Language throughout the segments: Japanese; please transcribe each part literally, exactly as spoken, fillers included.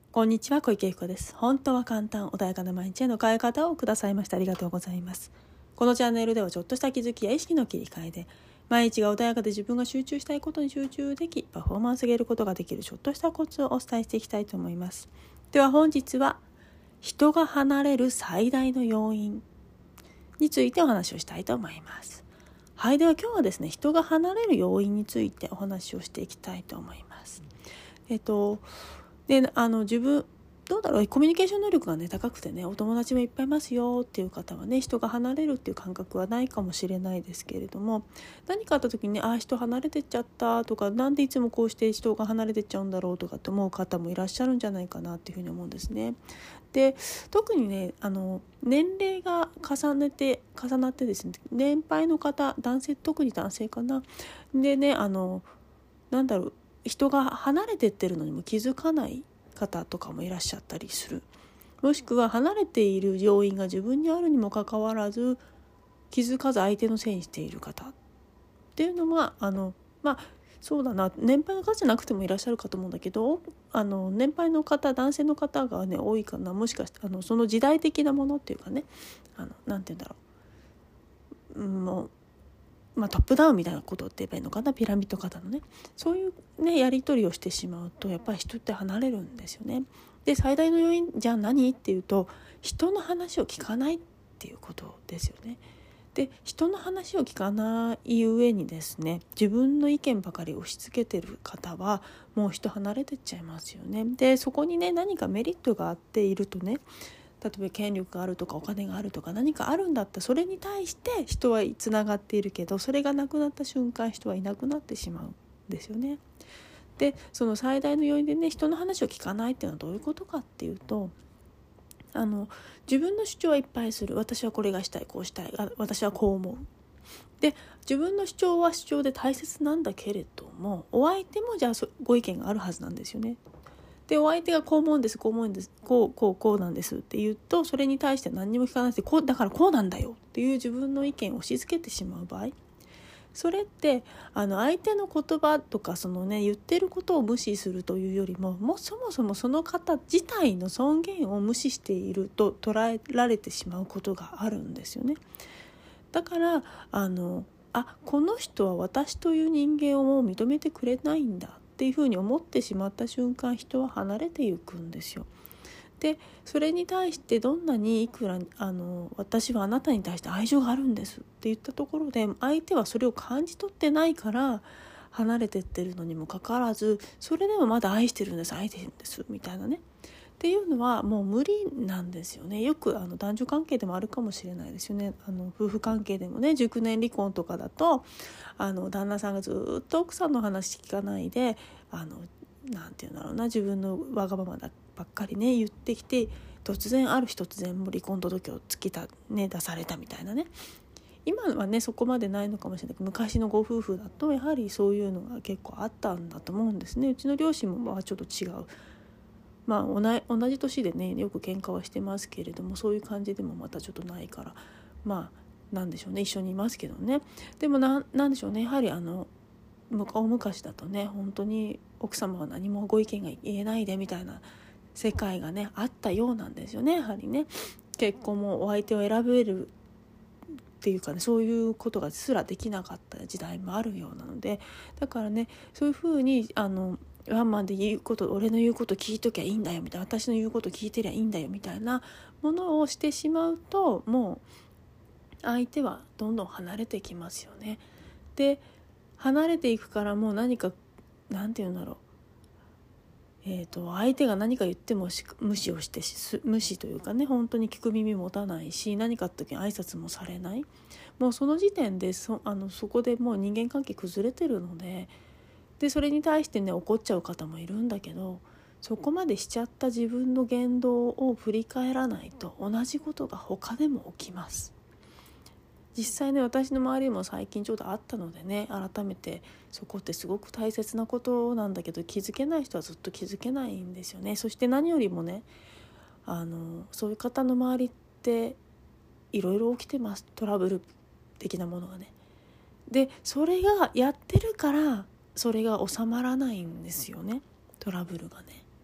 こんにちは、小池由子です。本当は簡単、穏やかな毎日への変え方をくださいましてありがとうございます。このチャンネルではちょっとした気づきや意識の切り替えで、毎日が穏やかで自分が集中したいことに集中でき、パフォーマンスを上げることができるちょっとしたコツをお伝えしていきたいと思います。では本日は、人が離れる最大の要因についてお話をしたいと思います。はい、では今日はですね、人が離れる要因についてお話をしていきたいと思います。えっとであの自分どうだろうコミュニケーション能力がね高くてねお友達もいっぱいいますよっていう方はね人が離れるっていう感覚はないかもしれないですけれども、何かあった時にねああ人離れてっちゃったとか、なんでいつもこうして人が離れてっちゃうんだろうとかって思う方もいらっしゃるんじゃないかなっていうふうに思うんですね。で特にねあの年齢が重ねて重なってですね、年配の方、男性、特に男性かなでねあのなんだろう人が離れてってるのにも気づかない方とかもいらっしゃったりする。もしくは離れている要因が自分にあるにもかかわらず気づかず相手のせいにしている方っていうのはあのまあそうだな年配の方じゃなくてもいらっしゃるかと思うんだけど、あの年配の方、男性の方がね多いかな。もしかしてあのその時代的なものっていうかね、あのなんて言うんだろう、もうまあ、トップダウンみたいなことって言えばいいのかな、ピラミッド型のね、そういうねやり取りをしてしまうとやっぱり人って離れるんですよね。で最大の要因じゃあ何っていうと、人の話を聞かないっていうことですよね。で人の話を聞かない上にですね、自分の意見ばかり押し付けてる方はもう人離れてっちゃいますよね。でそこにね何かメリットがあっているとね、例えば権力があるとかお金があるとか何かあるんだったらそれに対して人はつながっているけど、それがなくなった瞬間人はいなくなってしまうんですよね。でその最大の要因でね人の話を聞かないっていうのはどういうことかっていうと、あの自分の主張はいっぱいする。私はこれがしたい、こうしたい、あ私はこう思う。で自分の主張は主張で大切なんだけれども、お相手もじゃあご意見があるはずなんですよね。でお相手がこう思うんです、こう思うんです、こうこうこうなんですって言うと、それに対して何にも聞かなくて、こうだからこうなんだよっていう自分の意見を押し付けてしまう場合、それってあの相手の言葉とかそのね言ってることを無視するというよりも、もうそもそもその方自体の尊厳を無視していると捉えられてしまうことがあるんですよね。だからあのあこの人は私という人間をもう認めてくれないんだっていうふうに思ってしまった瞬間、人は離れていくんですよ。でそれに対してどんなにいくらあの私はあなたに対して愛情があるんですって言ったところで、相手はそれを感じ取ってないから離れてってるのにもかかわらず、それでもまだ愛してるんです、愛してるんですみたいなねっていうのはもう無理なんですよね。よくあの男女関係でもあるかもしれないですよね。あの夫婦関係でもね、熟年離婚とかだとあの旦那さんがずっと奥さんの話聞かないで、あのなんていうんだろうな、自分のわがままだばっかりね言ってきて、突然ある日突然もう離婚届を突きた、ね、出されたみたいなね。今はねそこまでないのかもしれないけど、昔のご夫婦だとやはりそういうのが結構あったんだと思うんですね。うちの両親もまあちょっと違う、まあ、同じ年でねよく喧嘩はしてますけれども、そういう感じでもまたちょっとないから、まあなんでしょうね、一緒にいますけどね。でも な, なんでしょうね、やはりあの大昔だとね本当に奥様は何もご意見が言えないでみたいな世界がねあったようなんですよね。やはりね結婚もお相手を選べるっていうかね、そういうことがすらできなかった時代もあるようなので、だからねそういうふうにあのワンマンで言うこと、俺の言うこと聞いときゃいいんだよみたいな、私の言うこと聞いてりゃいいんだよみたいなものをしてしまうと、もう相手はどんどん離れてきますよね。で離れていくからもう何かなんて言うんだろう、えーと、相手が何か言っても無視をして無視というかね、本当に聞く耳持たないし、何かあった時に挨拶もされない。もうその時点で そ, あのそこでもう人間関係崩れてるので、でそれに対してね怒っちゃう方もいるんだけど、そこまでしちゃった自分の言動を振り返らないと同じことが他でも起きます。実際ね私の周りにも最近ちょうどあったのでね、改めてそこってすごく大切なことなんだけど、気づけない人はずっと気づけないんですよね。そして何よりもね、あのそういう方の周りっていろいろ起きてます、トラブル的なものがね。でそれがやってるからそれが収まらないんですよね、トラブルがね。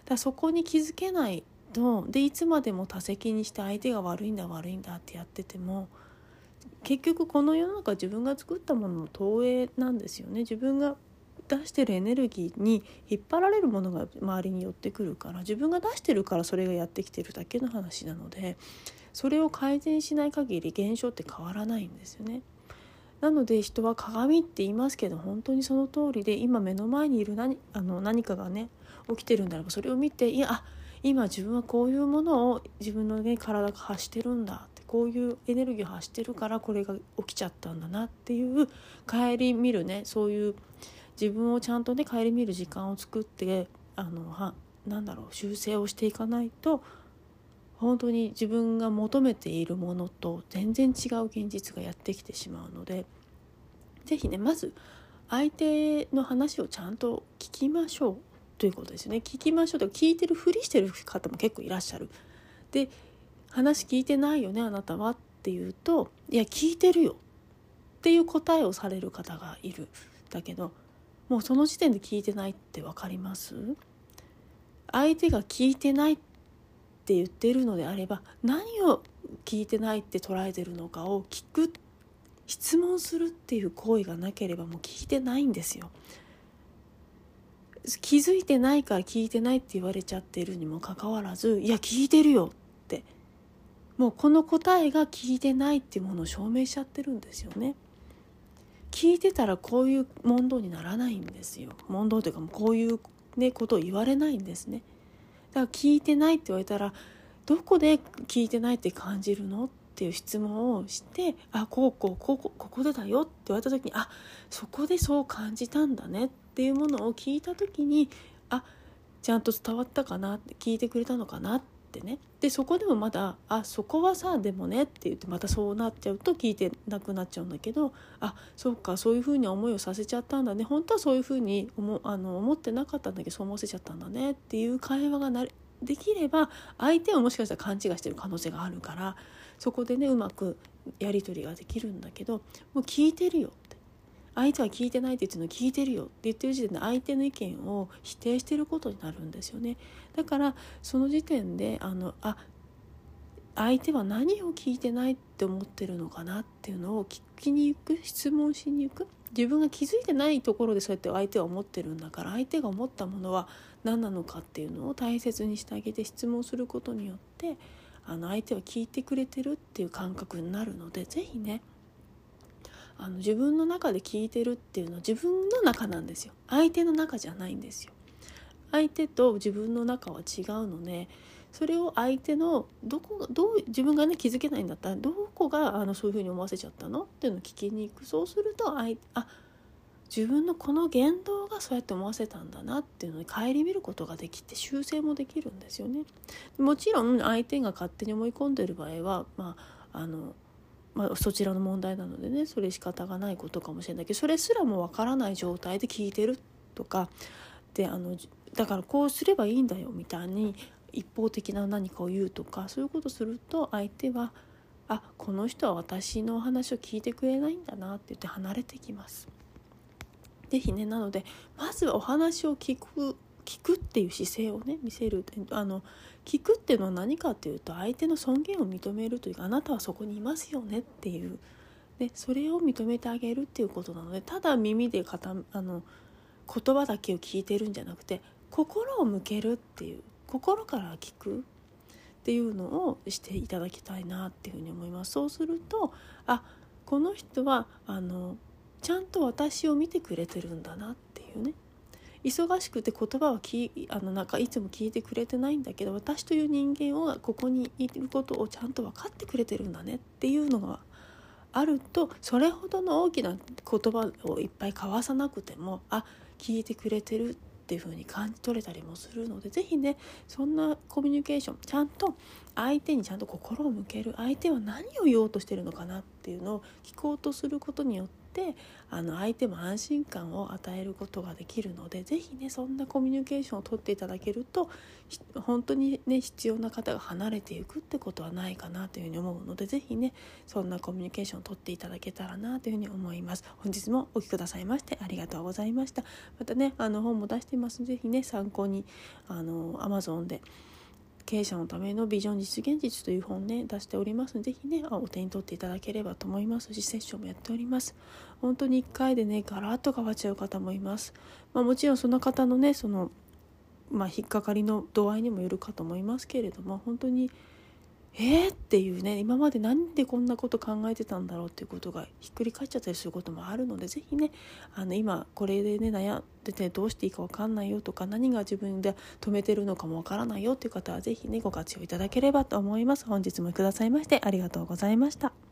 らそこに気づけないと、でいつまでも他責にして相手が悪いんだ悪いんだってやってても、結局この世の中自分が作ったものの投影なんですよね。自分が出してるエネルギーに引っ張られるものが周りに寄ってくるから、自分が出してるからそれがやってきてるだけの話なので、それを改善しない限り現象って変わらないんですよね。なので人は鏡って言いますけど、本当にその通りで、今目の前にいる 何, あの何かがね起きてるんだらば、それを見て、いやあ今自分はこういうものを自分の、ね、体が発してるんだって、こういうエネルギーを発してるからこれが起きちゃったんだなっていう顧みるね、そういう自分をちゃんとね顧みる時間を作って、あのはなんだろう修正をしていかないと、本当に自分が求めているものと全然違う現実がやってきてしまうので、ぜひねまず相手の話をちゃんと聞きましょうということですよね。聞きましょうと、聞いてるふりしてる方も結構いらっしゃる。で、話聞いてないよねあなたはって言うと、いや聞いてるよっていう答えをされる方がいる。だけどもうその時点で聞いてないって分かります？相手が聞いてないって言っているのであれば、何を聞いてないって捉えてるのかを聞く、質問するっていう行為がなければもう聞いてないんですよ。気づいてないから聞いてないって言われちゃってるにもかかわらず、いや聞いてるよって、もうこの答えが聞いてないっていうものを証明しちゃってるんですよね。聞いてたらこういう問答にならないんですよ。問答というかこういう、ね、ことを言われないんですね。だから聞いてないって言われたら、どこで聞いてないって感じるのっていう質問をして、あこうこうこうこうここでだよって言われた時に、あそこでそう感じたんだねっていうものを聞いた時に、あちゃんと伝わったかなって、聞いてくれたのかなってね。でそこでもまだあそこはさでもねって言って、またそうなっちゃうと聞いてなくなっちゃうんだけど、あそうかそういうふうに思いをさせちゃったんだね、本当はそういうふうに 思, あの思ってなかったんだけどそう思わせちゃったんだねっていう会話がなれできれば、相手はもしかしたら勘違いしてる可能性があるから、そこでねうまくやり取りができるんだけど、もう聞いてるよって、相手は聞いてないって言ってるの聞いてるよって言ってる時点で相手の意見を否定してることになるんですよね。だからその時点であのあ相手は何を聞いてないって思ってるのかなっていうのを聞きに行く、質問しに行く。自分が気づいてないところでそうやって相手は思ってるんだから、相手が思ったものは何なのかっていうのを大切にしてあげて質問することによって、あの相手は聞いてくれてるっていう感覚になるので、ぜひねあの自分の中で聞いてるっていうのは自分の中なんですよ。相手の中じゃないんですよ。相手と自分の中は違うので、それを相手のどこがどう自分がね気づけないんだったら、どこがあのそういうふうに思わせちゃったのっていうのを聞きに行く。そうするとああ自分のこの言動がそうやって思わせたんだなっていうのに顧みることができて、修正もできるんですよね。もちろん相手が勝手に思い込んでいる場合は、まああのまあ、そちらの問題なのでね、それ仕方がないことかもしれないけど、それすらもわからない状態で聞いてるとかで、あのだからこうすればいいんだよみたいに一方的な何かを言うとか、そういうことすると相手はあこの人は私のお話を聞いてくれないんだなって言って離れてきます。ぜひね、なのでまずはお話を聞く聞くっていう姿勢をね見せる。あの聞くっていうのは何かっていうと、相手の尊厳を認めるというか、あなたはそこにいますよねっていう、でそれを認めてあげるっていうことなので、ただ耳でかたあの言葉だけを聞いてるんじゃなくて、心を向けるっていう、心から聞くっていうのをしていただきたいなっていうふうに思います。そうすると、あこの人はあのちゃんと私を見てくれてるんだなっていうね。忙しくて言葉はきあのなんかいつも聞いてくれてないんだけど、私という人間はここにいることをちゃんと分かってくれてるんだねっていうのがあると、それほどの大きな言葉をいっぱい交わさなくても、あ聞いてくれてるっていう風に感じ取れたりもするので、ぜひねそんなコミュニケーション、ちゃんと相手にちゃんと心を向ける、相手は何を言おうとしてるのかなっていうのを聞こうとすることによって、 てあの相手も安心感を与えることができるので、ぜひねそんなコミュニケーションをとっていただけると本当にね必要な方が離れていくってことはないかなというふうに思うので、ぜひねそんなコミュニケーションをとっていただけたらなというふうに思います。本日もお聞きくださいましてありがとうございました。またねあの本も出していますので、ぜひね参考にあの Amazon で経営者のためのビジョン実現術という本ね出しておりますので、ぜひねお手に取っていただければと思いますし、セッションもやっております。本当にいっかいでねガラッと変わっちゃう方もいます。まあ、もちろんその方のねその、まあ、引っかかりの度合いにもよるかと思いますけれども、本当にえーっていうね、今までなんでこんなこと考えてたんだろうっていうことがひっくり返っちゃったりすることもあるので、ぜひねあの今これでね悩んでてどうしていいか分かんないよとか、何が自分で止めてるのかも分からないよっていう方はぜひねご活用いただければと思います。本日もくださいましてありがとうございました。